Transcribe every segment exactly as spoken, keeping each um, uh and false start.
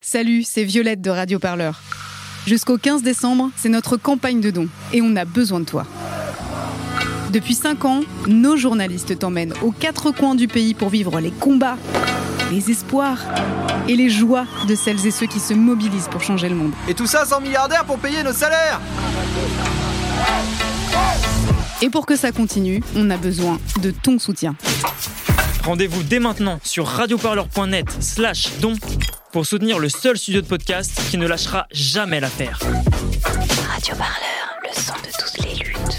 Salut, c'est Violette de Radio Parleur. Jusqu'au quinze décembre, c'est notre campagne de dons et on a besoin de toi. Depuis cinq ans, nos journalistes t'emmènent aux quatre coins du pays pour vivre les combats, les espoirs et les joies de celles et ceux qui se mobilisent pour changer le monde. Et tout ça sans milliardaires pour payer nos salaires. Et pour que ça continue, on a besoin de ton soutien. Rendez-vous dès maintenant sur radioparleur.net slash don pour soutenir le seul studio de podcast qui ne lâchera jamais l'affaire. Radio Parleur, le son de toutes les luttes.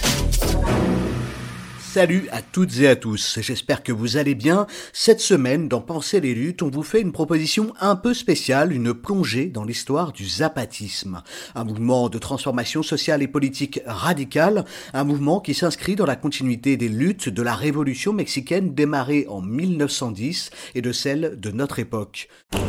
Salut à toutes et à tous, j'espère que vous allez bien. Cette semaine, dans Penser les luttes, on vous fait une proposition un peu spéciale, une plongée dans l'histoire du zapatisme. Un mouvement de transformation sociale et politique radicale, un mouvement qui s'inscrit dans la continuité des luttes de la révolution mexicaine démarrée en mille neuf cent dix et de celle de notre époque.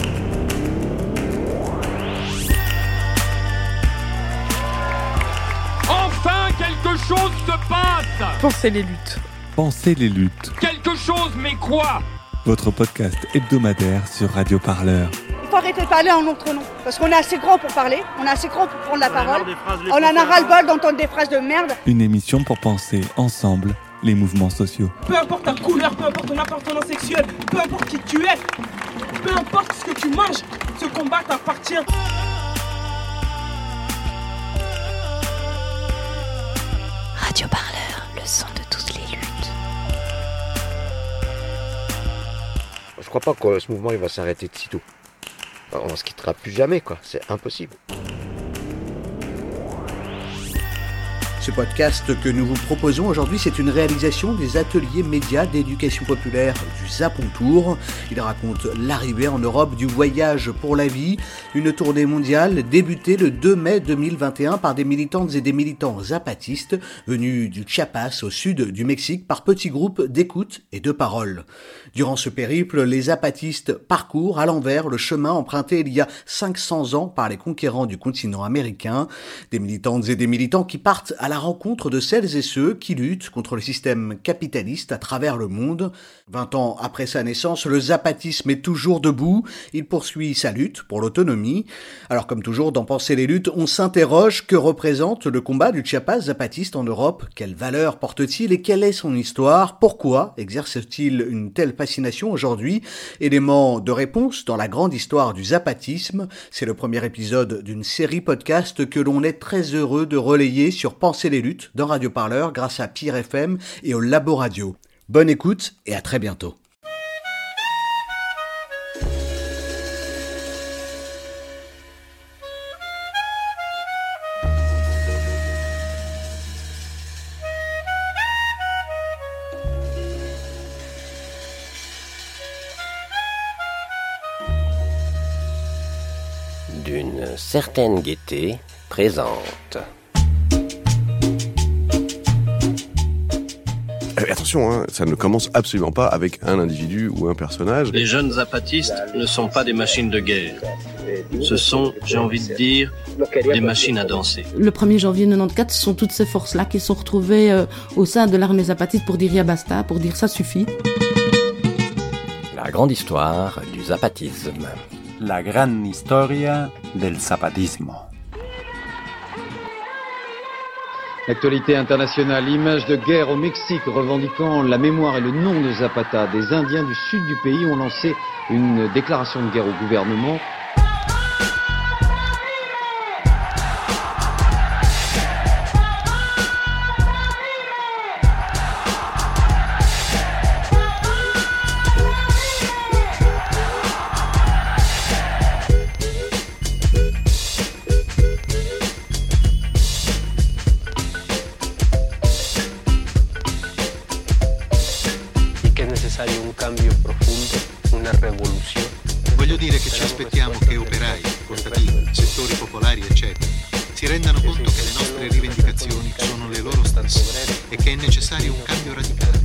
Enfin, quelque chose se passe! Pensez les luttes. Pensez les luttes. Quelque chose, mais quoi? Votre podcast hebdomadaire sur Radio Parleur. Il faut arrêter de parler en notre nom, parce qu'on est assez grand pour parler, on est assez grand pour prendre la parole, on en a ras-le-bol d'entendre des phrases de merde. Une émission pour penser ensemble les mouvements sociaux. Peu importe ta couleur, peu importe ton appartenance sexuelle, peu importe qui tu es, peu importe ce que tu manges, ce combat t'appartient. Radio Parleur, le son de toutes les luttes. Je crois pas que ce mouvement il va s'arrêter de sitôt. On se quittera plus jamais, quoi. C'est impossible. Ce podcast que nous vous proposons aujourd'hui, c'est une réalisation des ateliers médias d'éducation populaire du Zapontour. Il raconte l'arrivée en Europe du voyage pour la vie, une tournée mondiale débutée le deux mai deux mille vingt et un par des militantes et des militants zapatistes venus du Chiapas au sud du Mexique par petits groupes d'écoute et de parole. Durant ce périple, les zapatistes parcourent à l'envers le chemin emprunté il y a cinq cents ans par les conquérants du continent américain. Des militantes et des militants qui partent à la rencontre de celles et ceux qui luttent contre le système capitaliste à travers le monde. Vingt ans après sa naissance, le zapatisme est toujours debout. Il poursuit sa lutte pour l'autonomie. Alors comme toujours dans Penser les luttes, on s'interroge que représente le combat du Chiapas zapatiste en Europe? Quelle valeur porte-t-il et quelle est son histoire? Pourquoi exerce-t-il une telle fascination aujourd'hui? Élément de réponse dans la grande histoire du zapatisme. C'est le premier épisode d'une série podcast que l'on est très heureux de relayer sur Penser les luttes dans Radio Parleur grâce à Pire F M et au Labo Radio. Bonne écoute et à très bientôt. D'une certaine gaieté présente. Attention, hein, ça ne commence absolument pas avec un individu ou un personnage. Les jeunes zapatistes ne sont pas des machines de guerre. Ce sont, j'ai envie de dire, des machines à danser. Le premier janvier mille neuf cent quatre-vingt-quatorze, ce sont toutes ces forces-là qui sont retrouvées euh, au sein de l'armée zapatiste pour dire « ya basta », pour dire « ça suffit ». La grande histoire du zapatisme. La gran historia del zapatismo. L'actualité internationale, image de guerre au Mexique revendiquant la mémoire et le nom de Zapata. Des Indiens du sud du pays ont lancé une déclaration de guerre au gouvernement. Un cambio profondo, una rivoluzione. Voglio dire che ci aspettiamo che operai, contadini, settori popolari, eccetera, si rendano conto che le nostre rivendicazioni sono le loro stesse e che è necessario un cambio radicale.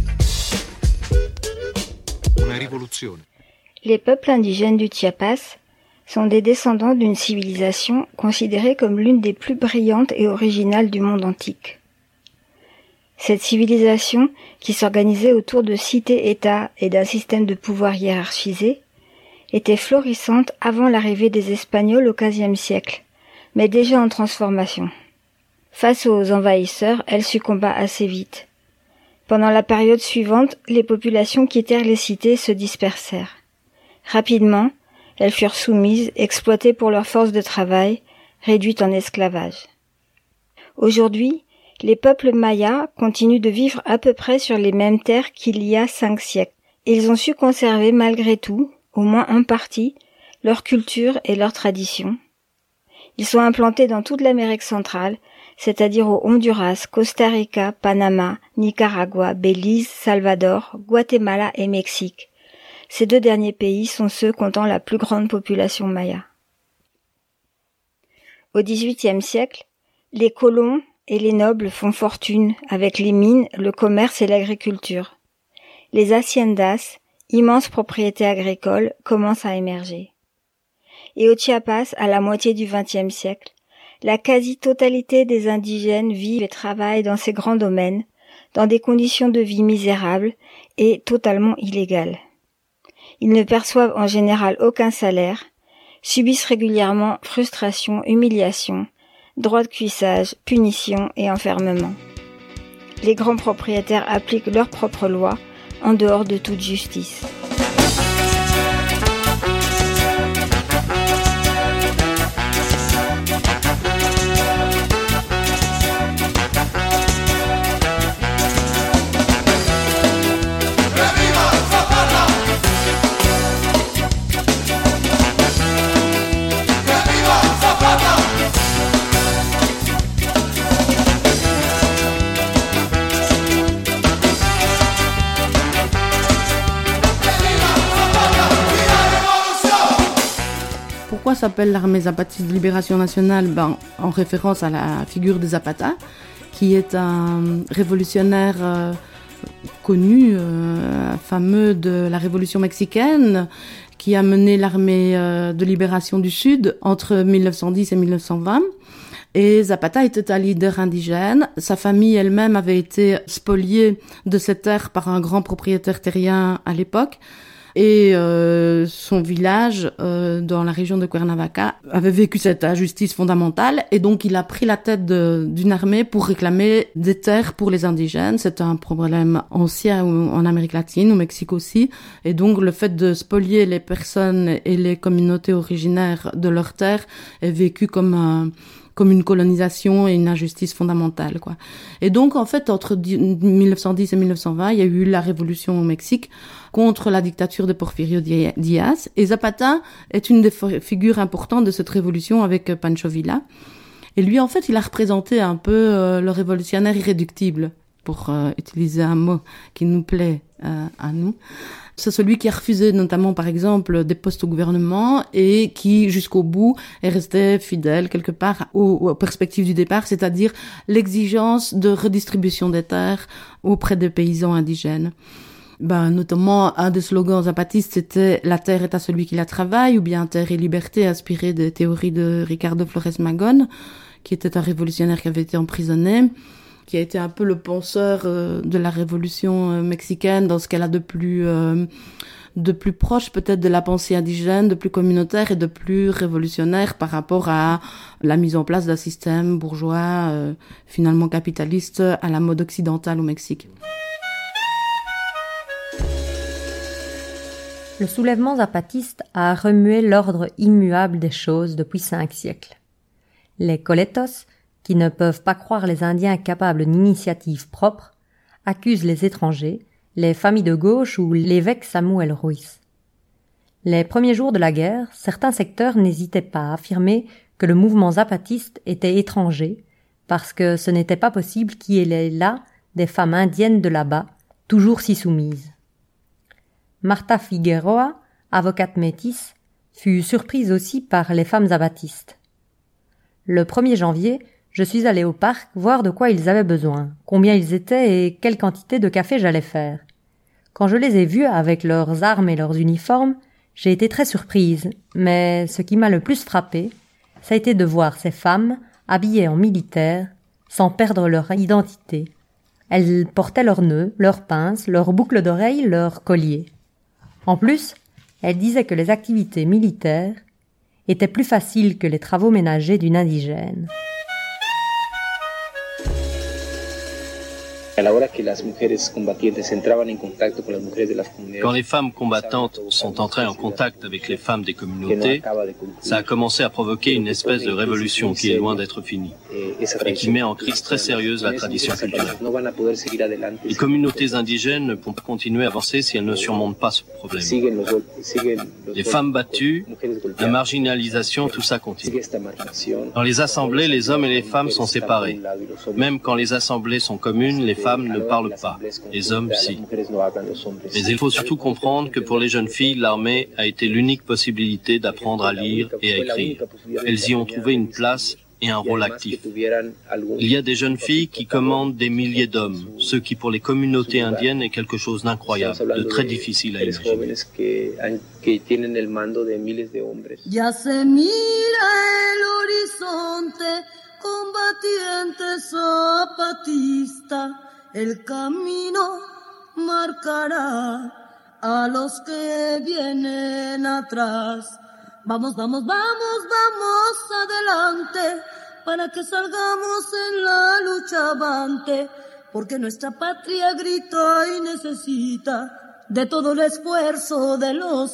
Una rivoluzione. Les peuples indigènes du Chiapas sont des descendants d'une civilisation considérée comme l'une des plus brillantes et originales du monde antique. Cette civilisation, qui s'organisait autour de cités-États et d'un système de pouvoir hiérarchisé, était florissante avant l'arrivée des Espagnols au quinzième siècle, mais déjà en transformation. Face aux envahisseurs, elle succomba assez vite. Pendant la période suivante, les populations quittèrent les cités et se dispersèrent. Rapidement, elles furent soumises, exploitées pour leur force de travail, réduites en esclavage. Aujourd'hui, les peuples mayas continuent de vivre à peu près sur les mêmes terres qu'il y a cinq siècles. Ils ont su conserver malgré tout, au moins en partie, leur culture et leurs traditions. Ils sont implantés dans toute l'Amérique centrale, c'est-à-dire au Honduras, Costa Rica, Panama, Nicaragua, Belize, Salvador, Guatemala et Mexique. Ces deux derniers pays sont ceux comptant la plus grande population maya. Au dix-huitième siècle, les colons et les nobles font fortune avec les mines, le commerce et l'agriculture. Les haciendas, immenses propriétés agricoles, commencent à émerger. Et au Chiapas, à la moitié du vingtième siècle, la quasi-totalité des indigènes vivent et travaillent dans ces grands domaines, dans des conditions de vie misérables et totalement illégales. Ils ne perçoivent en général aucun salaire, subissent régulièrement frustration, humiliation, droits de cuissage, punition et enfermement. Les grands propriétaires appliquent leurs propres lois en dehors de toute justice. Pourquoi s'appelle l'armée zapatiste de libération nationale? Ben, en référence à la figure de Zapata, qui est un révolutionnaire euh, connu, euh, fameux de la révolution mexicaine, qui a mené l'armée euh, de libération du Sud entre mille neuf cent dix et mille neuf cent vingt. Et Zapata était un leader indigène. Sa famille elle-même avait été spoliée de ses terres par un grand propriétaire terrien à l'époque. Et euh, son village, euh, dans la région de Cuernavaca, avait vécu cette injustice fondamentale. Et donc, il a pris la tête de, d'une armée pour réclamer des terres pour les indigènes. C'est un problème ancien en Amérique latine, au Mexique aussi. Et donc, le fait de spolier les personnes et les communautés originaires de leurs terres est vécu comme un... comme une colonisation et une injustice fondamentale, quoi. Et donc, en fait, entre mille neuf cent dix et mille neuf cent vingt, il y a eu la révolution au Mexique contre la dictature de Porfirio Díaz. Et Zapata est une des figures importantes de cette révolution avec Pancho Villa. Et lui, en fait, il a représenté un peu euh, le révolutionnaire irréductible, pour euh, utiliser un mot qui nous plaît euh, à nous. C'est celui qui a refusé notamment, par exemple, des postes au gouvernement et qui, jusqu'au bout, est resté fidèle quelque part aux, aux perspectives du départ, c'est-à-dire l'exigence de redistribution des terres auprès des paysans indigènes. Ben, notamment, un des slogans zapatistes, c'était « La terre est à celui qui la travaille » ou bien « Terre et liberté », inspiré des théories de Ricardo Flores Magón, qui était un révolutionnaire qui avait été emprisonné, qui a été un peu le penseur euh, de la révolution euh, mexicaine dans ce qu'elle a de plus euh, de plus proche peut-être de la pensée indigène, de plus communautaire et de plus révolutionnaire par rapport à la mise en place d'un système bourgeois euh, finalement capitaliste à la mode occidentale au Mexique. Le soulèvement zapatiste a remué l'ordre immuable des choses depuis cinq siècles. Les coletos, qui ne peuvent pas croire les Indiens capables d'initiatives propres, accusent les étrangers, les familles de gauche ou l'évêque Samuel Ruiz. Les premiers jours de la guerre, certains secteurs n'hésitaient pas à affirmer que le mouvement zapatiste était étranger, parce que ce n'était pas possible qu'il y ait là des femmes indiennes de là-bas, toujours si soumises. Marta Figueroa, avocate métisse, fut surprise aussi par les femmes zapatistes. Le premier janvier, je suis allée au parc voir de quoi ils avaient besoin, combien ils étaient et quelle quantité de café j'allais faire. Quand je les ai vus avec leurs armes et leurs uniformes, j'ai été très surprise, mais ce qui m'a le plus frappée, ça a été de voir ces femmes habillées en militaires, sans perdre leur identité. Elles portaient leurs nœuds, leurs pinces, leurs boucles d'oreilles, leurs colliers. En plus, Elle disait que les activités militaires étaient plus faciles que les travaux ménagers d'une indigène. Quand les femmes combattantes sont entrées en contact avec les femmes des communautés, ça a commencé à provoquer une espèce de révolution qui est loin d'être finie et qui met en crise très sérieuse la tradition culturelle. Les communautés indigènes ne pourront pas continuer à avancer si elles ne surmontent pas ce problème. Les femmes battues, la marginalisation, tout ça continue. Dans les assemblées, les hommes et les femmes sont séparés. Même quand les assemblées sont communes, les femmes ne parlent pas, les hommes si. Mais il faut surtout comprendre que pour les jeunes filles, l'armée a été l'unique possibilité d'apprendre à lire et à écrire. Elles y ont trouvé une place et un rôle actif. Il y a des jeunes filles qui commandent des milliers d'hommes, ce qui pour les communautés indiennes est quelque chose d'incroyable, de très difficile à imaginer. Ya se mira el horizonte, combatiente zapatista, el camino marcará a los que vienen atrás. Vamos, vamos, vamos, vamos adelante, para que salgamos en la lucha avante, porque nuestra patria grita y necesita de todo el esfuerzo de los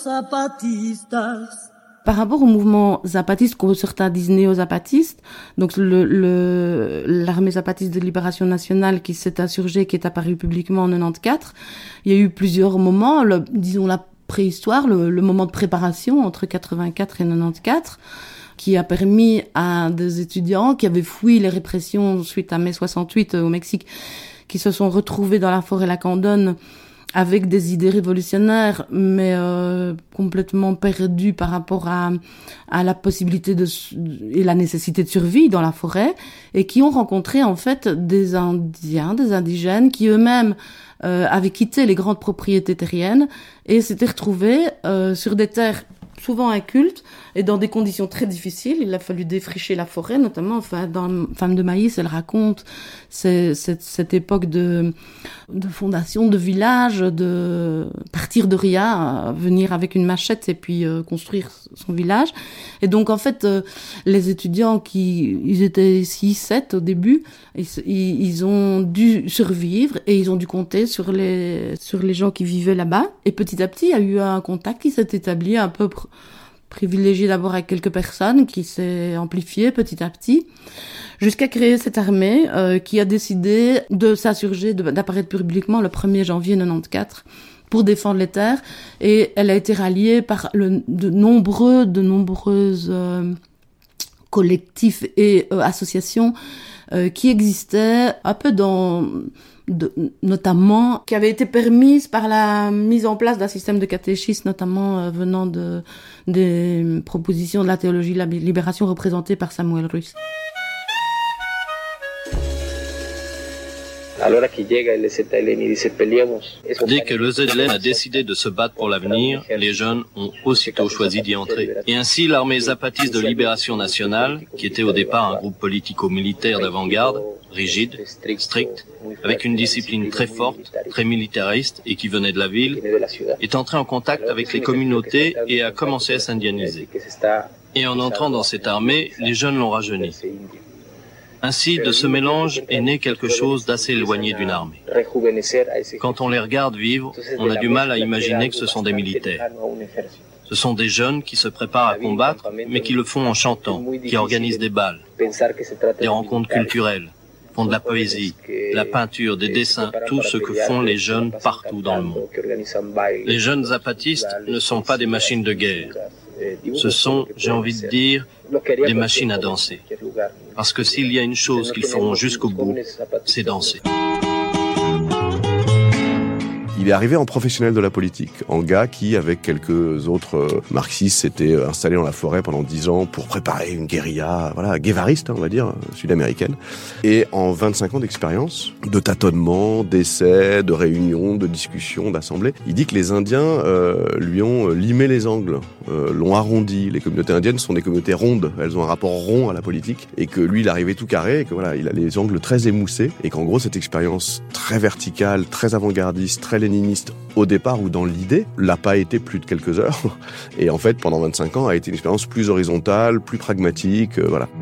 zapatistas. Par rapport au mouvement zapatiste, que certains disent néo-zapatiste, donc le, le, l'armée zapatiste de libération nationale qui s'est insurgée, qui est apparue publiquement en quatre-vingt-quatorze, il y a eu plusieurs moments, le, disons la préhistoire, le, le moment de préparation entre quatre-vingt-quatre et quatre-vingt-quatorze, qui a permis à des étudiants qui avaient fui les répressions suite à mai soixante-huit au Mexique, qui se sont retrouvés dans la forêt lacandone avec des idées révolutionnaires, mais euh, complètement perdues par rapport à, à la possibilité de et la nécessité de survie dans la forêt, et qui ont rencontré en fait des Indiens, des indigènes, qui eux-mêmes euh, avaient quitté les grandes propriétés terriennes et s'étaient retrouvés euh, sur des terres souvent incultes et dans des conditions très difficiles. Il a fallu défricher la forêt, notamment enfin, dans Femme de maïs, elle raconte c'est, cette, cette époque de, de fondation de village, de partir de rien, venir avec une machette et puis euh, construire son village. Et donc en fait, euh, les étudiants qui ils étaient six, sept au début, ils, ils ont dû survivre et ils ont dû compter sur les, sur les gens qui vivaient là-bas. Et petit à petit, il y a eu un contact qui s'est établi un peu pr- privilégié d'abord avec quelques personnes, qui s'est amplifié petit à petit, jusqu'à créer cette armée euh, qui a décidé de s'insurger, de, d'apparaître publiquement le premier janvier quatre-vingt-quatorze pour défendre les terres, et elle a été ralliée par le, de nombreux, de nombreuses euh, collectifs et euh, associations euh, qui existaient un peu dans... De, notamment, qui avait été permise par la mise en place d'un système de catéchisme, notamment euh, venant de, des propositions de la théologie de la libération représentée par Samuel Ruiz. Dès que le Z L N a décidé de se battre pour l'avenir, les jeunes ont aussitôt choisi d'y entrer. Et ainsi, l'armée zapatiste de libération nationale, qui était au départ un groupe politico-militaire d'avant-garde, rigide, strict, avec une discipline très forte, très militariste et qui venait de la ville, est entrée en contact avec les communautés et a commencé à s'indianiser. Et en entrant dans cette armée, les jeunes l'ont rajeuni. Ainsi, de ce mélange est né quelque chose d'assez éloigné d'une armée. Quand on les regarde vivre, on a du mal à imaginer que ce sont des militaires. Ce sont des jeunes qui se préparent à combattre, mais qui le font en chantant, qui organisent des bals, des rencontres culturelles, font de la poésie, de la peinture, des dessins, tout ce que font les jeunes partout dans le monde. Les jeunes zapatistes ne sont pas des machines de guerre. Ce sont, j'ai envie de dire, des machines à danser. Parce que s'il y a une chose qu'ils feront jusqu'au bout, c'est danser. Il est arrivé en professionnel de la politique, en gars qui, avec quelques autres euh, marxistes, s'était installé dans la forêt pendant dix ans pour préparer une guérilla, voilà, guévariste, hein, on va dire, sud-américaine. Et en vingt-cinq ans d'expérience, de tâtonnements, d'essais, de réunions, de discussions, d'assemblées, il dit que les Indiens euh, lui ont limé les angles, euh, l'ont arrondi. Les communautés indiennes sont des communautés rondes, elles ont un rapport rond à la politique, et que lui, il arrivait tout carré, et que voilà, il a les angles très émoussés, et qu'en gros, cette expérience très verticale, très avant-gardiste, très léniniste, léniniste au départ ou dans l'idée, l'a pas été plus de quelques heures. Et en fait, pendant vingt-cinq ans, a été une expérience plus horizontale, plus pragmatique, euh, voilà.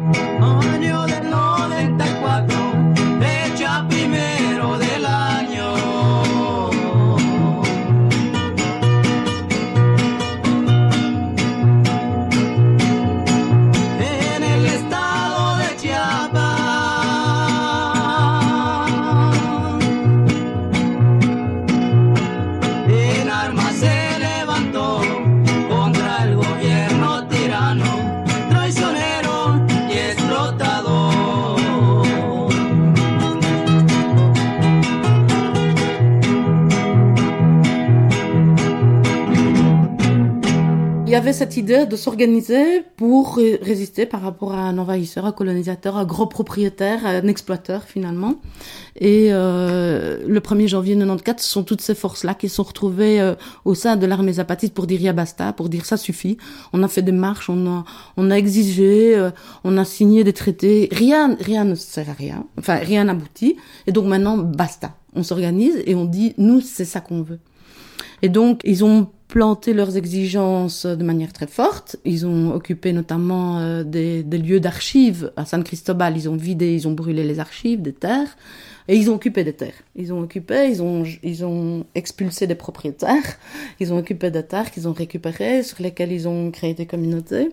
Il y avait cette idée de s'organiser pour résister par rapport à un envahisseur, un colonisateur, un gros propriétaire, un exploiteur finalement. Et euh, le premier janvier quatre-vingt-quatorze, ce sont toutes ces forces-là qui se sont retrouvées euh, au sein de l'armée zapatiste pour dire « ya basta », pour dire « ça suffit ». On a fait des marches, on a, on a exigé, euh, on a signé des traités. Rien, rien ne sert à rien. Enfin, rien n'aboutit. Et donc maintenant, basta. On s'organise et on dit « nous, c'est ça qu'on veut ». Et donc, ils ont planté leurs exigences de manière très forte. Ils ont occupé notamment euh, des, des lieux d'archives. À San Cristobal, ils ont vidé, ils ont brûlé les archives, des terres. Et ils ont occupé des terres. Ils ont occupé, ils ont, ils ont expulsé des propriétaires. Ils ont occupé des terres qu'ils ont récupérées, sur lesquelles ils ont créé des communautés.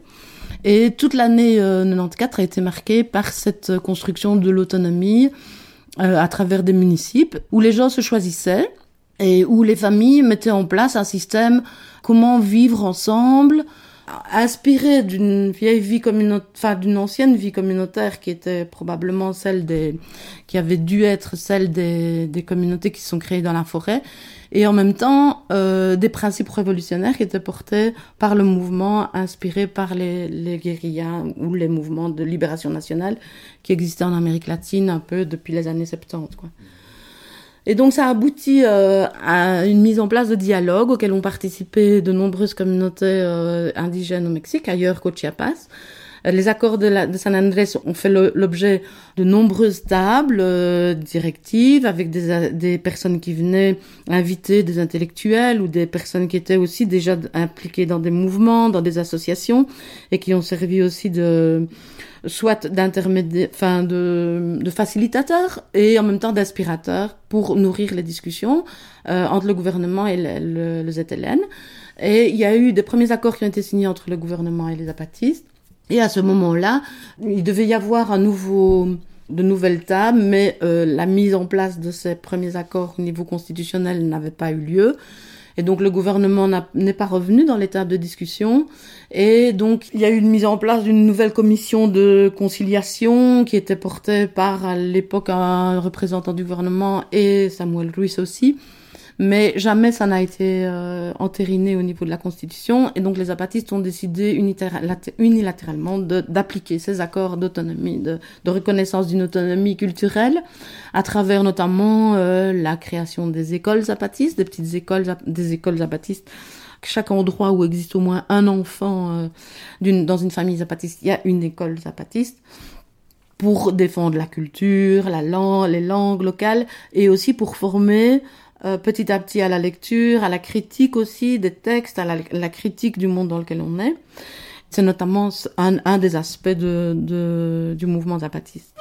Et toute l'année euh, quatre-vingt-quatorze a été marquée par cette construction de l'autonomie euh, à travers des municipes où les gens se choisissaient et où les familles mettaient en place un système comment vivre ensemble, inspiré d'une vieille vie communautaire, enfin d'une ancienne vie communautaire qui était probablement celle des, qui avait dû être celle des, des communautés qui se sont créées dans la forêt, et en même temps euh, des principes révolutionnaires qui étaient portés par le mouvement inspiré par les, les guérillas ou les mouvements de libération nationale qui existaient en Amérique latine un peu depuis les années soixante-dix, quoi. Et donc ça aboutit euh, à une mise en place de dialogues auxquels ont participé de nombreuses communautés euh, indigènes au Mexique, ailleurs qu'au Chiapas. Les accords de, la, de San Andrés ont fait le, l'objet de nombreuses tables euh, directives avec des, des personnes qui venaient inviter des intellectuels ou des personnes qui étaient aussi déjà impliquées dans des mouvements, dans des associations et qui ont servi aussi de soit d'intermédiaire, enfin de, de facilitateurs et en même temps d'inspirateurs pour nourrir les discussions euh, entre le gouvernement et le, le, le Z L N. Et il y a eu des premiers accords qui ont été signés entre le gouvernement et les zapatistes. Et à ce moment-là, il devait y avoir un nouveau, de nouvelles tables, mais euh, la mise en place de ces premiers accords au niveau constitutionnel n'avait pas eu lieu. Et donc le gouvernement n'a, n'est pas revenu dans les tables de discussion. Et donc il y a eu une mise en place d'une nouvelle commission de conciliation qui était portée par à l'époque un représentant du gouvernement et Samuel Ruiz aussi. Mais jamais ça n'a été euh, entériné au niveau de la Constitution. Et donc les zapatistes ont décidé unilatéralement de, d'appliquer ces accords d'autonomie, de, de reconnaissance d'une autonomie culturelle, à travers notamment euh, la création des écoles zapatistes, des petites écoles, des écoles zapatistes. Chaque endroit où existe au moins un enfant euh, d'une, dans une famille zapatiste, il y a une école zapatiste pour défendre la culture, la langue, les langues locales et aussi pour former Euh, petit à petit à la lecture, à la critique aussi des textes, à la, la critique du monde dans lequel on est. C'est notamment un, un des aspects de, de, du mouvement zapatiste.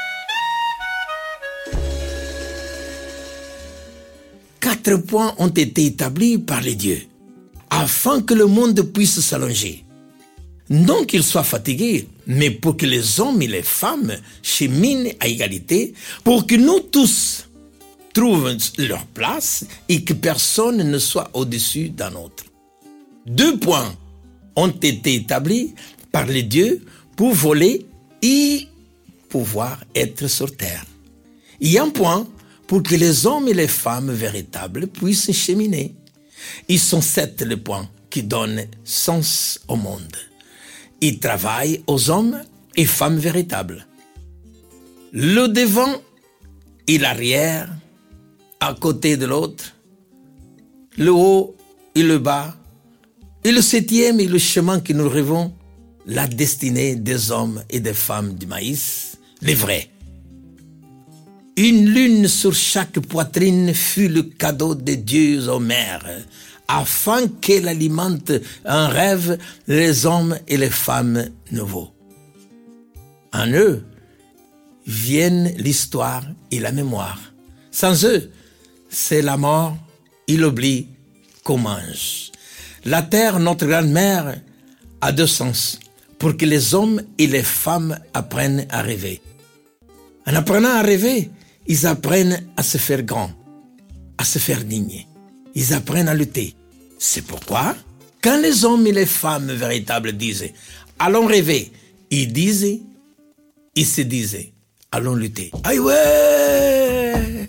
Quatre points ont été établis par les dieux, afin que le monde puisse s'allonger. Non qu'ils soient fatigués, mais pour que les hommes et les femmes cheminent à égalité, pour que nous tous trouvent leur place et que personne ne soit au-dessus d'un autre. Deux points ont été établis par les dieux pour voler et pouvoir être sur terre. Et un point pour que les hommes et les femmes véritables puissent cheminer. Ils sont sept les points qui donnent sens au monde. Ils travaillent aux hommes et femmes véritables. Le devant et l'arrière, à côté de l'autre, le haut et le bas, et le septième est le chemin que nous rêvons, la destinée des hommes et des femmes du maïs, les vrais. Une lune sur chaque poitrine fut le cadeau des dieux aux mères, afin qu'elle alimente un rêve les hommes et les femmes nouveaux. En eux viennent l'histoire et la mémoire. Sans eux, c'est la mort et l'oubli qu'on mange. La terre, notre grand-mère, a deux sens, pour que les hommes et les femmes apprennent à rêver. En apprenant à rêver, ils apprennent à se faire grands, à se faire dignes. Ils apprennent à lutter. C'est pourquoi, quand les hommes et les femmes véritables disent « Allons rêver », ils disent, ils se disent « Allons lutter ». Aïe ouais!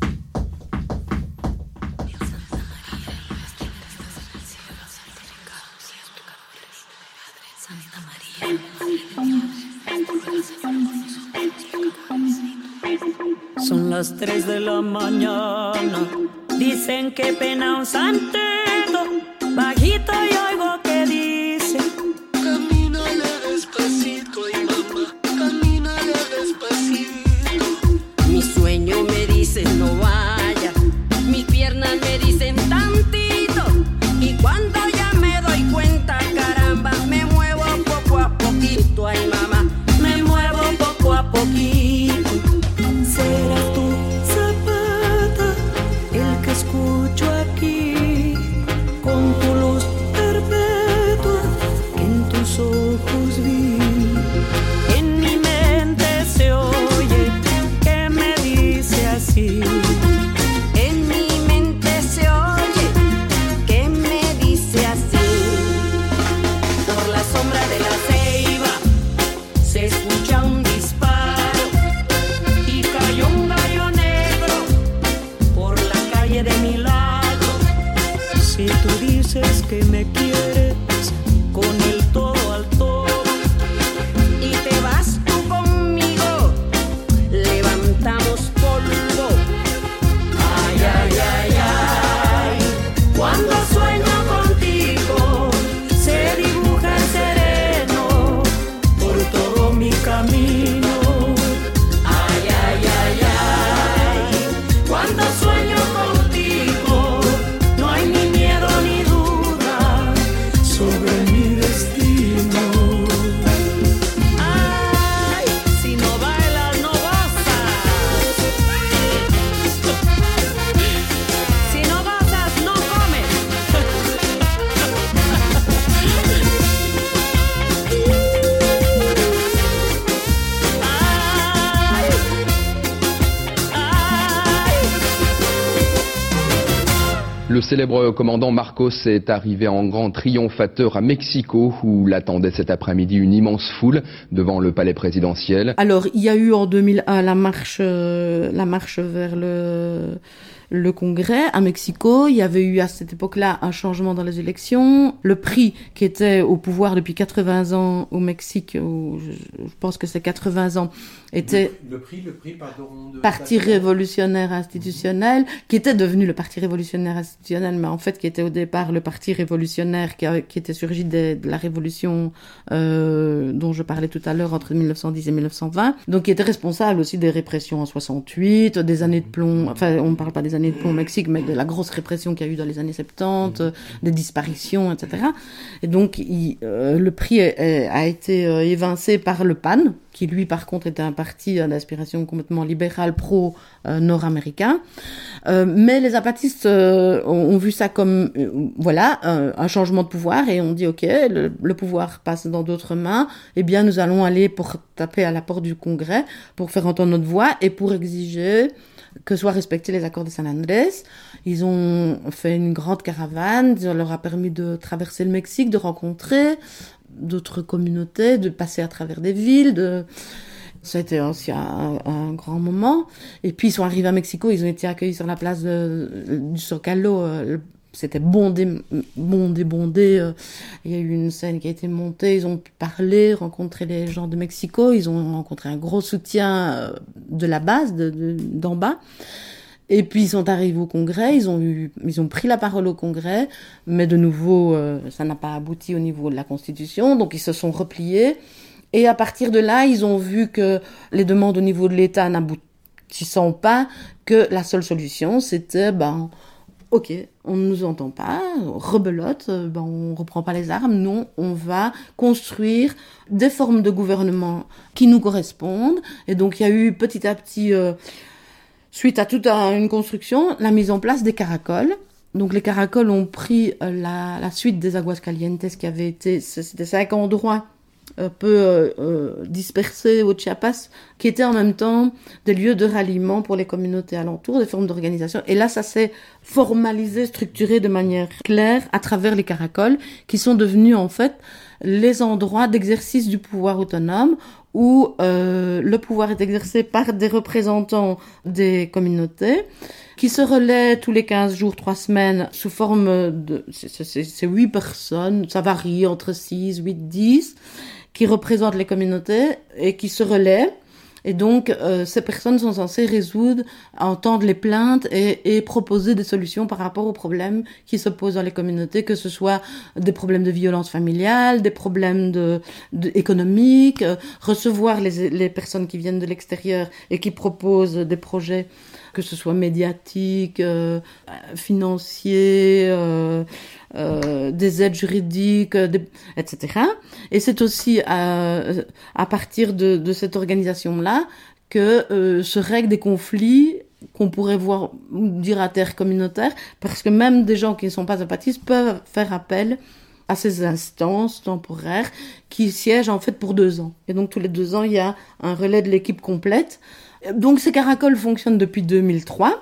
Son las tres de la mañana, dicen que pena un santeto, bajito y oigo que dice: camínale despacito, y mamá, camínale despacito. Mi sueño me dice no vaya, mis piernas me dicen tantito, y cuando ya me doy cuenta, caramba, me muevo poco a poquito, ay mamá, me muevo poco a poquito. Serás tú, Zapata, el que escucho aquí, con tu luz perpetua que en tus ojos vi. En mi mente se oye que me dice así. En mi mente se oye que me dice así. Por la sombra de la ceiba se escucha un disparo. De milagro, si tú dices que me quieres con el todo al todo y te vas tú conmigo, levantamos polvo. Ay, ay, ay, ay, cuando sueño contigo se dibuja el sereno por todo mi camino. Ay, ay, ay, ay, cuando sueño Le célèbre commandant Marcos est arrivé en grand triomphateur à Mexico, où l'attendait cet après-midi une immense foule devant le palais présidentiel. Alors, il y a eu en deux mille un la marche, euh, la marche vers le... le congrès à Mexico. Il y avait eu à cette époque-là un changement dans les élections. Le P R I, qui était au pouvoir depuis quatre-vingts ans au Mexique, où je, je pense que c'est quatre-vingts ans, était le, le P R I, le P R I, pardon, de Parti révolutionnaire institutionnel, qui était devenu le Parti révolutionnaire institutionnel, mais en fait qui était au départ le Parti révolutionnaire qui, a, qui était surgi de, de la révolution euh, dont je parlais tout à l'heure entre mille neuf cent dix et mille neuf cent vingt. Donc qui était responsable aussi des répressions en soixante-huit, des années de plomb, enfin on ne parle pas des années de plomb au Mexique, mais de la grosse répression qu'il y a eu dans les années soixante-dix, mmh. des disparitions, et cetera. Et donc, il, euh, le P R I est, a été euh, évincé par le P A N, qui lui, par contre, était un parti d'aspiration complètement libérale pro-nord-américain. Euh, mais les zapatistes euh, ont, ont vu ça comme, euh, voilà, un, un changement de pouvoir, et ont dit, OK, le, le pouvoir passe dans d'autres mains, eh bien, nous allons aller pour taper à la porte du Congrès, pour faire entendre notre voix, et pour exiger que soient respectés les accords de San Andrés. Ils ont fait une grande caravane, ça leur a permis de traverser le Mexique, de rencontrer d'autres communautés, de passer à travers des villes, de... Ça a été aussi un, un grand moment. Et puis ils sont arrivés à Mexico, ils ont été accueillis sur la place de, du Zocalo, euh, c'était bondé, bondé, bondé. Il y a eu une scène qui a été montée, ils ont pu parler, rencontrer les gens de Mexico, ils ont rencontré un gros soutien de la base, de, de, d'en bas. Et puis ils sont arrivés au Congrès, ils ont eu, ils ont pris la parole au Congrès, mais de nouveau, euh, ça n'a pas abouti au niveau de la Constitution, donc ils se sont repliés. Et à partir de là, ils ont vu que les demandes au niveau de l'État n'aboutissaient sentissant pas que la seule solution, c'était, ben, ok, on ne nous entend pas, rebelote, ben, on reprend pas les armes. Non, on va construire des formes de gouvernement qui nous correspondent. Et donc, il y a eu petit à petit, euh, suite à toute une construction, la mise en place des caracoles. Donc les caracoles ont pris euh, la, la suite des Aguascalientes qui avait été, c'était cinq endroits un peu euh, euh, dispersés au Chiapas, qui étaient en même temps des lieux de ralliement pour les communautés alentours, des formes d'organisation. Et là, ça s'est formalisé, structuré de manière claire à travers les caracoles, qui sont devenus en fait les endroits d'exercice du pouvoir autonome, où euh, le pouvoir est exercé par des représentants des communautés, qui se relaient tous les quinze jours, trois semaines, sous forme de... C'est huit personnes, ça varie entre six, huit, dix, qui représentent les communautés et qui se relaient. Et donc, euh, ces personnes sont censées résoudre, entendre les plaintes et, et proposer des solutions par rapport aux problèmes qui se posent dans les communautés, que ce soit des problèmes de violence familiale, des problèmes de, de économiques, euh, recevoir les, les personnes qui viennent de l'extérieur et qui proposent des projets, que ce soit médiatiques, euh, financiers, euh, euh, des aides juridiques, des, et cetera. Et c'est aussi à, à partir de, de cette organisation-là que euh, se règlent des conflits qu'on pourrait voir dire intercommunautaires, parce que même des gens qui ne sont pas zapatistes peuvent faire appel à ces instances temporaires qui siègent en fait pour deux ans. Et donc tous les deux ans, il y a un relais de l'équipe complète. Donc ces caracoles fonctionnent depuis deux mille trois.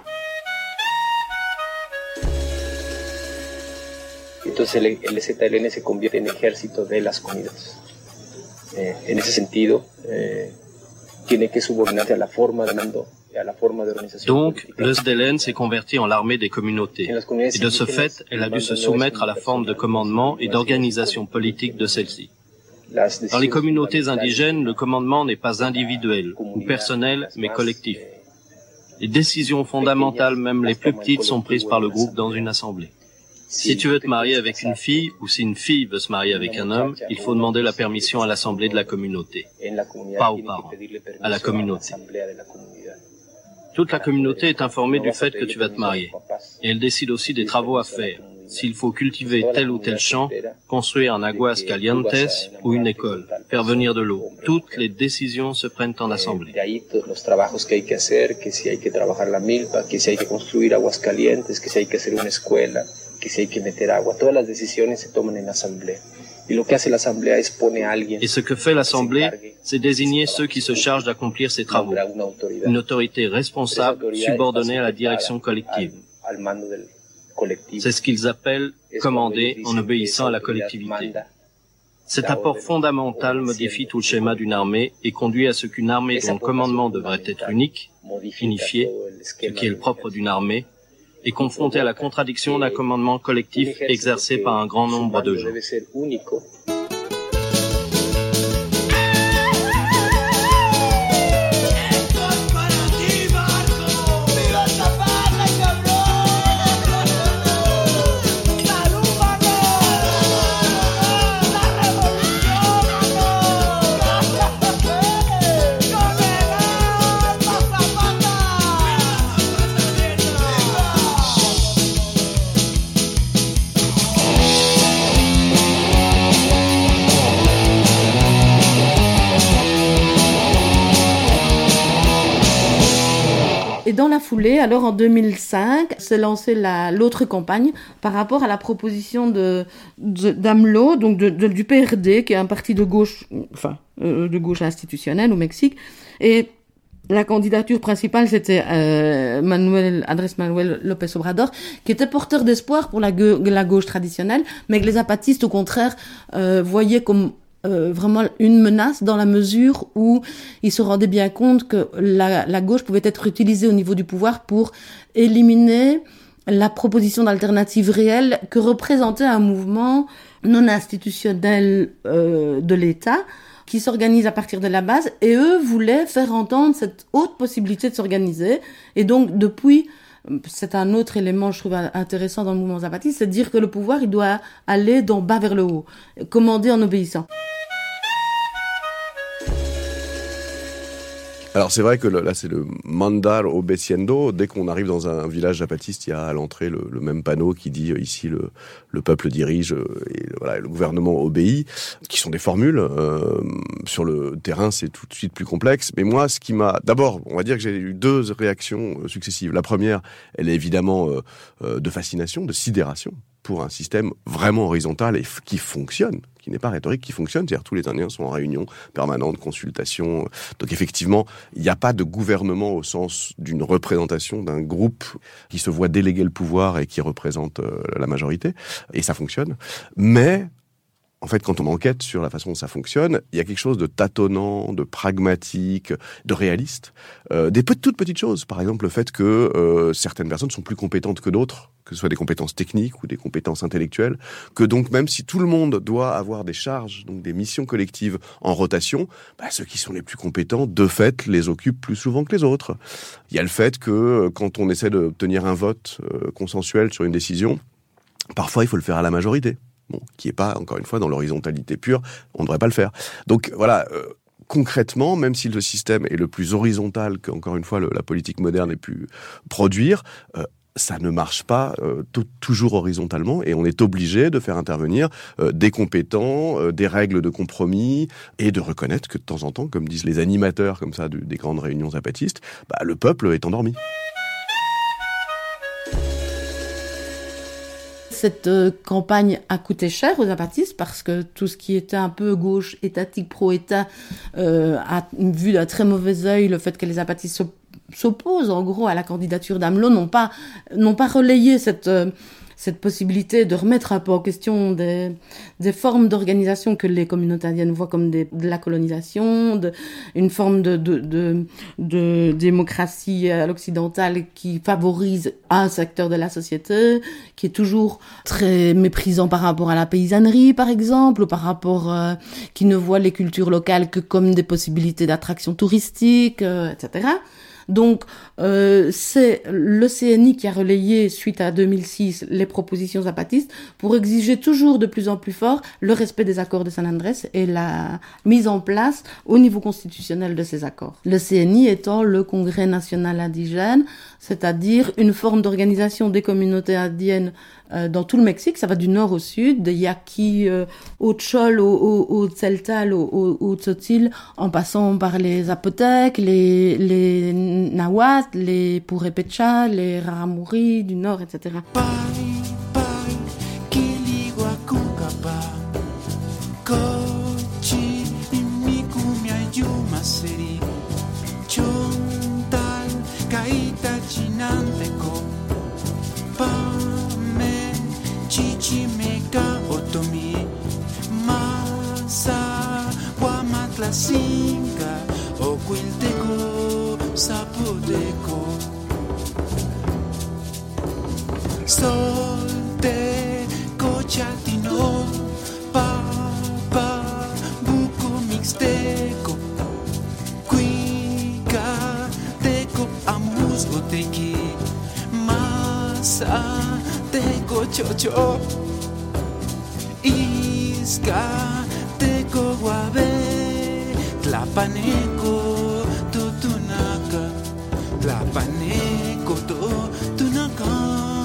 Entonces el, el Z L N se convierte en ejército de las comunidades. Eh, en ese sentido, eh, tiene que subordinarse a la forma de mando, a la forma de organización. Donc, le Z L N s'est converti en l'armée des communautés. Et de ce fait, elle a dû se soumettre à la forme de commandement et d'organisation politique de celle-ci. Dans les communautés indigènes, le commandement n'est pas individuel ou personnel, mais collectif. Les décisions fondamentales, même les plus petites, sont prises par le groupe dans une assemblée. Si tu veux te marier avec une fille, ou si une fille veut se marier avec un homme, il faut demander la permission à l'assemblée de la communauté. Pas aux parents, à la communauté. Toute la communauté est informée du fait que tu vas te marier. Et elle décide aussi des travaux à faire. S'il faut cultiver tel ou tel champ, construire un aguas calientes ou une école, faire venir de l'eau. Toutes les décisions se prennent en assemblée. De ahí los trabajos que hay que hacer, que si hay que trabajar la milpa, que si hay que construir aguas calientes, que si hay que hacer una escuela, que si hay que meter agua. Todas las decisiones se toman en asamblea. Y lo que hace la asamblea es pone a alguien. Et ce que fait l'assemblée, c'est désigner ceux qui se chargent d'accomplir ces travaux. Une autorité responsable, subordonnée à la direction collective. C'est ce qu'ils appellent commander en obéissant à la collectivité. Cet apport fondamental modifie tout le schéma d'une armée et conduit à ce qu'une armée dont le commandement devrait être unique, unifié, ce qui est le propre d'une armée, est confrontée à la contradiction d'un commandement collectif exercé par un grand nombre de gens. Et dans la foulée, alors en deux mille cinq, s'est lancée la, l'autre campagne par rapport à la proposition de, de d'AMLO, donc de, de, du P R D, qui est un parti de gauche, enfin, euh, de gauche institutionnelle au Mexique. Et la candidature principale, c'était euh, Manuel, Andrés Manuel López Obrador, qui était porteur d'espoir pour la, gue- la gauche traditionnelle, mais que les zapatistes, au contraire, euh, voyaient comme Euh, vraiment une menace dans la mesure où ils se rendaient bien compte que la, la gauche pouvait être utilisée au niveau du pouvoir pour éliminer la proposition d'alternative réelle que représentait un mouvement non institutionnel euh, de l'État qui s'organise à partir de la base, et eux voulaient faire entendre cette haute possibilité de s'organiser. Et donc depuis, c'est un autre élément, je trouve, intéressant dans le mouvement zapatiste, c'est de dire que le pouvoir, il doit aller d'en bas vers le haut, commander en obéissant. Alors c'est vrai que le, là c'est le mandar obedeciendo. Dès qu'on arrive dans un village zapatiste, il y a à l'entrée le, le même panneau qui dit euh, ici le, le peuple dirige euh, et voilà, le gouvernement obéit, qui sont des formules. Euh, sur le terrain, c'est tout de suite plus complexe. Mais moi, ce qui m'a... D'abord, on va dire que j'ai eu deux réactions euh, successives. La première, elle est évidemment euh, euh, de fascination, de sidération pour un système vraiment horizontal et f- qui fonctionne, qui n'est pas rhétorique, qui fonctionne. C'est-à-dire tous les Indiens sont en réunion permanente, consultation. Donc effectivement, il n'y a pas de gouvernement au sens d'une représentation d'un groupe qui se voit déléguer le pouvoir et qui représente euh, la majorité. Et ça fonctionne. Mais... En fait, quand on enquête sur la façon dont ça fonctionne, il y a quelque chose de tâtonnant, de pragmatique, de réaliste. Euh, des pe- toutes petites choses. Par exemple, le fait que euh, certaines personnes sont plus compétentes que d'autres, que ce soit des compétences techniques ou des compétences intellectuelles, que donc même si tout le monde doit avoir des charges, donc des missions collectives en rotation, bah, ceux qui sont les plus compétents, de fait, les occupent plus souvent que les autres. Il y a le fait que quand on essaie d'obtenir un vote euh, consensuel sur une décision, parfois il faut le faire à la majorité. Bon, qui est pas, encore une fois, dans l'horizontalité pure, on ne devrait pas le faire. Donc voilà, euh, concrètement, même si le système est le plus horizontal qu'encore une fois le, la politique moderne ait pu produire, euh, ça ne marche pas euh, t- toujours horizontalement et on est obligé de faire intervenir euh, des compétents, euh, des règles de compromis et de reconnaître que de temps en temps, comme disent les animateurs comme ça du, des grandes réunions zapatistes, bah, le peuple est endormi. Cette euh, campagne a coûté cher aux zapatistes parce que tout ce qui était un peu gauche, étatique, pro-État, euh, a vu d'un très mauvais œil le fait que les zapatistes se, s'opposent en gros à la candidature d'AMLO, n'ont pas, n'ont pas relayé cette... Euh, cette possibilité de remettre un peu en question des, des formes d'organisation que les communautés indiennes voient comme des, de la colonisation, de, une forme de, de, de, de démocratie à l'occidentale qui favorise un secteur de la société, qui est toujours très méprisant par rapport à la paysannerie, par exemple, ou par rapport, euh, qui ne voit les cultures locales que comme des possibilités d'attraction touristique, euh, et cetera. Donc, euh, c'est le C N I qui a relayé, suite à deux mille six, les propositions zapatistes pour exiger toujours de plus en plus fort le respect des accords de San Andrés et la mise en place au niveau constitutionnel de ces accords. Le C N I étant le Congrès national indigène, c'est-à-dire une forme d'organisation des communautés indiennes euh, dans tout le Mexique. Ça va du nord au sud, de Yaqui euh, au Tchol, au, au, au Tzeltal, au, au, au Tzotzil, en passant par les Zapotèques, les, les Nahuatl, les Purépecha, les Raramuri du nord, et cetera. Chichimeka otomi masa wamatlasinga oquilteco sapoteco solte cochatino papa buco mixteco cuica teco amusgoteki masa teco chocho isca teco guabe tlapaneco tutunaca tlapaneco tutunaca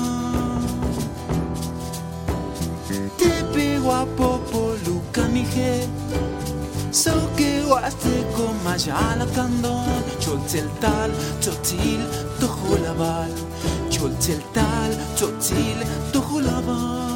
tepe guapopo luca mije so que guasteco mayala candon cholceltal chotil tojolabal cholceltal chotil tojolabal.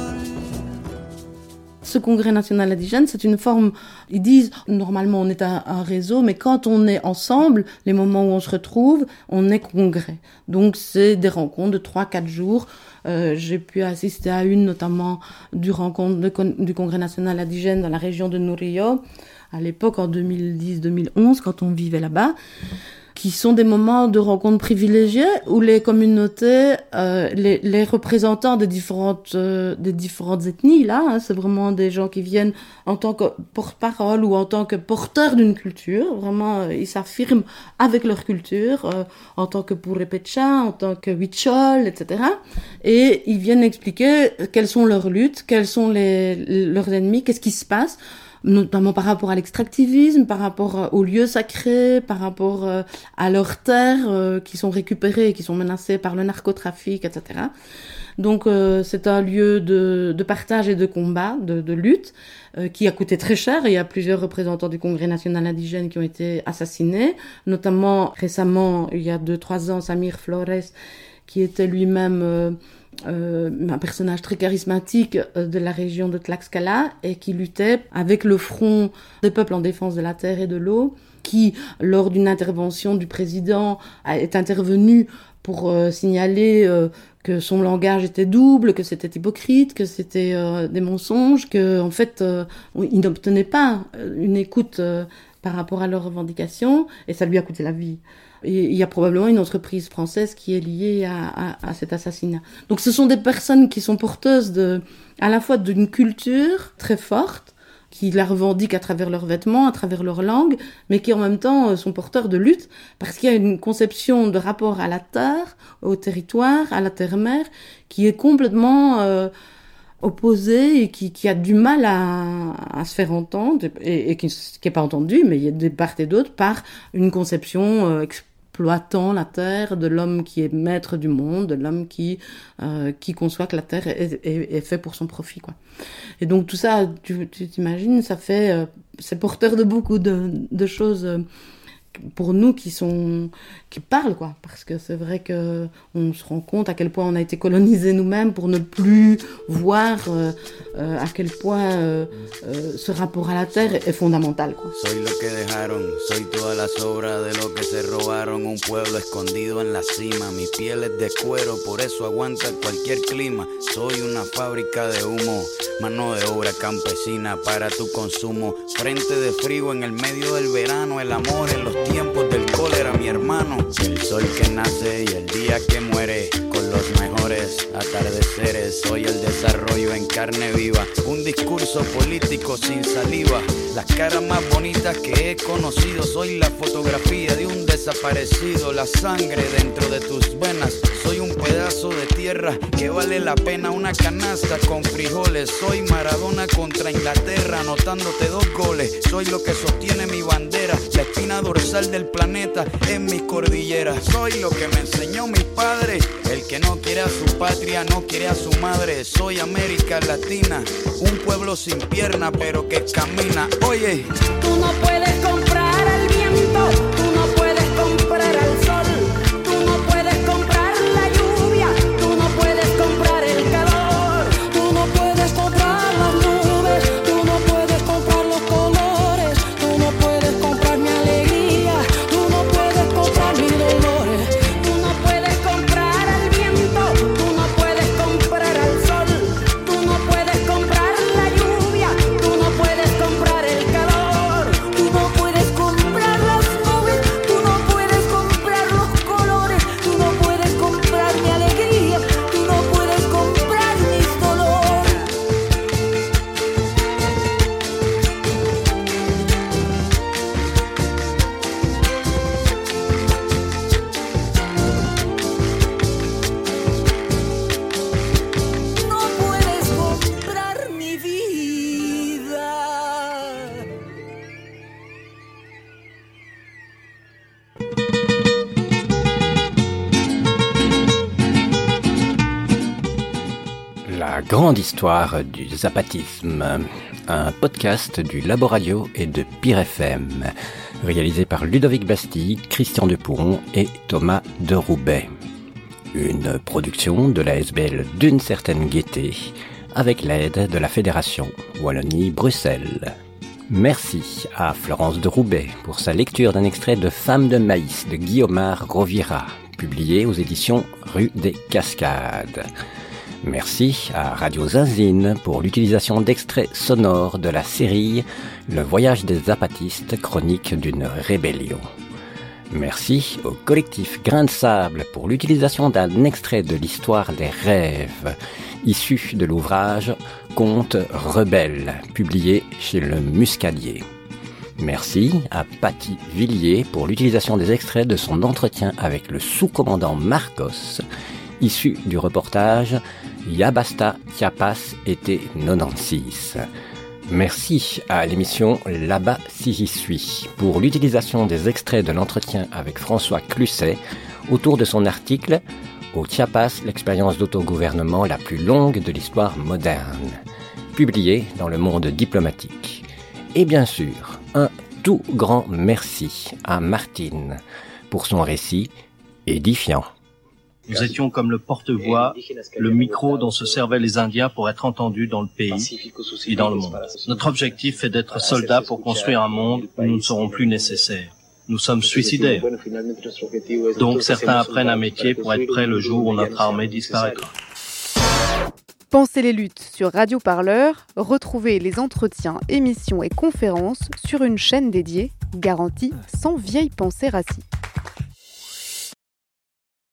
Ce congrès national indigène, c'est une forme, ils disent, normalement on est un, un réseau, mais quand on est ensemble, les moments où on se retrouve, on est congrès. Donc c'est des rencontres de trois quatre jours. Euh, j'ai pu assister à une, notamment du rencontre de, du congrès national indigène dans la région de Nurillo, à l'époque en deux mille dix deux mille onze, quand on vivait là-bas, qui sont des moments de rencontres privilégiés où les communautés, euh, les, les représentants des différentes, euh, des différentes ethnies, là, hein, c'est vraiment des gens qui viennent en tant que porte-parole ou en tant que porteurs d'une culture, vraiment, euh, ils s'affirment avec leur culture, euh, en tant que Purépecha, en tant que Huichol, et cetera. Et ils viennent expliquer quelles sont leurs luttes, quels sont les, leurs ennemis, qu'est-ce qui se passe, notamment par rapport à l'extractivisme, par rapport aux lieux sacrés, par rapport euh, à leurs terres euh, qui sont récupérées et qui sont menacées par le narcotrafic, et cetera. Donc euh, c'est un lieu de, de partage et de combat, de, de lutte, euh, qui a coûté très cher. Il y a plusieurs représentants du Congrès national indigène qui ont été assassinés, notamment récemment, il y a deux, trois ans, Samir Flores, qui était lui-même euh, euh, un personnage très charismatique euh, de la région de Tlaxcala et qui luttait avec le Front des peuples en défense de la terre et de l'eau, qui, lors d'une intervention du président, est intervenu pour euh, signaler euh, que son langage était double, que c'était hypocrite, que c'était euh, des mensonges, que en fait, euh, il n'obtenait pas une écoute euh, par rapport à leurs revendications, et ça lui a coûté la vie. Et il y a probablement une entreprise française qui est liée à, à, à cet assassinat. Donc ce sont des personnes qui sont porteuses de, à la fois d'une culture très forte, qui la revendiquent à travers leurs vêtements, à travers leur langue, mais qui en même temps sont porteurs de lutte, parce qu'il y a une conception de rapport à la terre, au territoire, à la terre-mère, qui est complètement euh, opposée et qui, qui a du mal à, à se faire entendre, et, et qui n'est pas entendue, mais il y a de part et d'autre, par une conception euh, exploitant la terre, de l'homme qui est maître du monde, de l'homme qui euh, qui conçoit que la terre est, est, est fait pour son profit, quoi. Et donc tout ça, tu, tu t'imagines, ça fait, euh, c'est porteur de beaucoup de, de choses euh, pour nous qui sont, qui parlent, quoi. Parce que c'est vrai que on se rend compte à quel point on a été colonisés nous-mêmes pour ne plus voir euh, euh, à quel point euh, euh, ce rapport à la terre est fondamental, quoi. Soy lo que dejaron, soy todas las obras de lo que se robaron, un pueblo escondido en la cima, mi piel es de cuero, por eso aguanta cualquier clima, soy una fábrica de humo, mano de obra campesina para tu consumo, frente de frío en el medio del verano, el amor en los tiempos del cólera, mi hermano, el sol que nace y el día que muere, con los mejores atardeceres, soy el desarrollo en carne viva, un discurso político sin saliva, las caras más bonitas que he conocido, soy la fotografía de un desaparecido, la sangre dentro de tus venas, soy un pedazo de tierra que vale la pena una canasta con frijoles, soy Maradona contra Inglaterra, anotándote dos goles, soy lo que sostiene mi bandera, la espina dorsal del planeta en mis cordilleras, soy lo que me enseñó mi padre, el que no quiere a su patria no quiere a su madre, soy América Latina, un pueblo sin pierna pero que camina, oye. Tú no puedes comprar el viento, tú no puedes comprar al sol, tú no puedes comprar la lluvia, tú no puedes comprar el calor, tú no puedes comprar las nubes, tú no puedes comprar los colores, tú no puedes comprar mi alegría, tú no puedes comprar mis dolores, tú no puedes comprar el viento, tú no puedes comprar al sol, tú no puedes comprar la lluvia, tú no puedes comprar el calor, tú no puedes comprar las nubes, tú no puedes comprar los colores, tú no puedes comprar mi alegría, tú no puedes comprar mis dolores. No puedes comprar mi vida. La grande histoire du zapatisme, un podcast du Labo Radio et de Pire F M, réalisé par Ludovic Bastille, Christian Dupouron et Thomas de Roubaix. Une production de la S B L d'une certaine gaieté, avec l'aide de la Fédération Wallonie-Bruxelles. Merci à Florence de Roubaix pour sa lecture d'un extrait de Femme de maïs de Guillaumard Rovira, publié aux éditions Rue des Cascades. Merci à Radio Zinzine pour l'utilisation d'extraits sonores de la série Le voyage des zapatistes, chronique d'une rébellion. Merci au collectif Grain de Sable pour l'utilisation d'un extrait de l'histoire des rêves, issu de l'ouvrage Contes rebelles, publié chez Le Muscadier. Merci à Patty Villiers pour l'utilisation des extraits de son entretien avec le sous-commandant Marcos, issu du reportage Yabasta Chiapas été quatre-vingt-seize. Merci à l'émission Là-bas si j'y suis pour l'utilisation des extraits de l'entretien avec François Cluzet autour de son article « Au Chiapas, l'expérience d'autogouvernement la plus longue de l'histoire moderne », publié dans Le Monde diplomatique. Et bien sûr, un tout grand merci à Martine pour son récit édifiant. Nous étions comme le porte-voix, le micro dont se servaient les Indiens pour être entendus dans le pays et dans le monde. Notre objectif est d'être soldats pour construire un monde où nous ne serons plus nécessaires. Nous sommes suicidaires. Donc certains apprennent un métier pour être prêts le jour où notre armée disparaîtra. Pensez les luttes sur Radio Parleur, retrouvez les entretiens, émissions et conférences sur une chaîne dédiée, garantie sans vieille pensée raciste.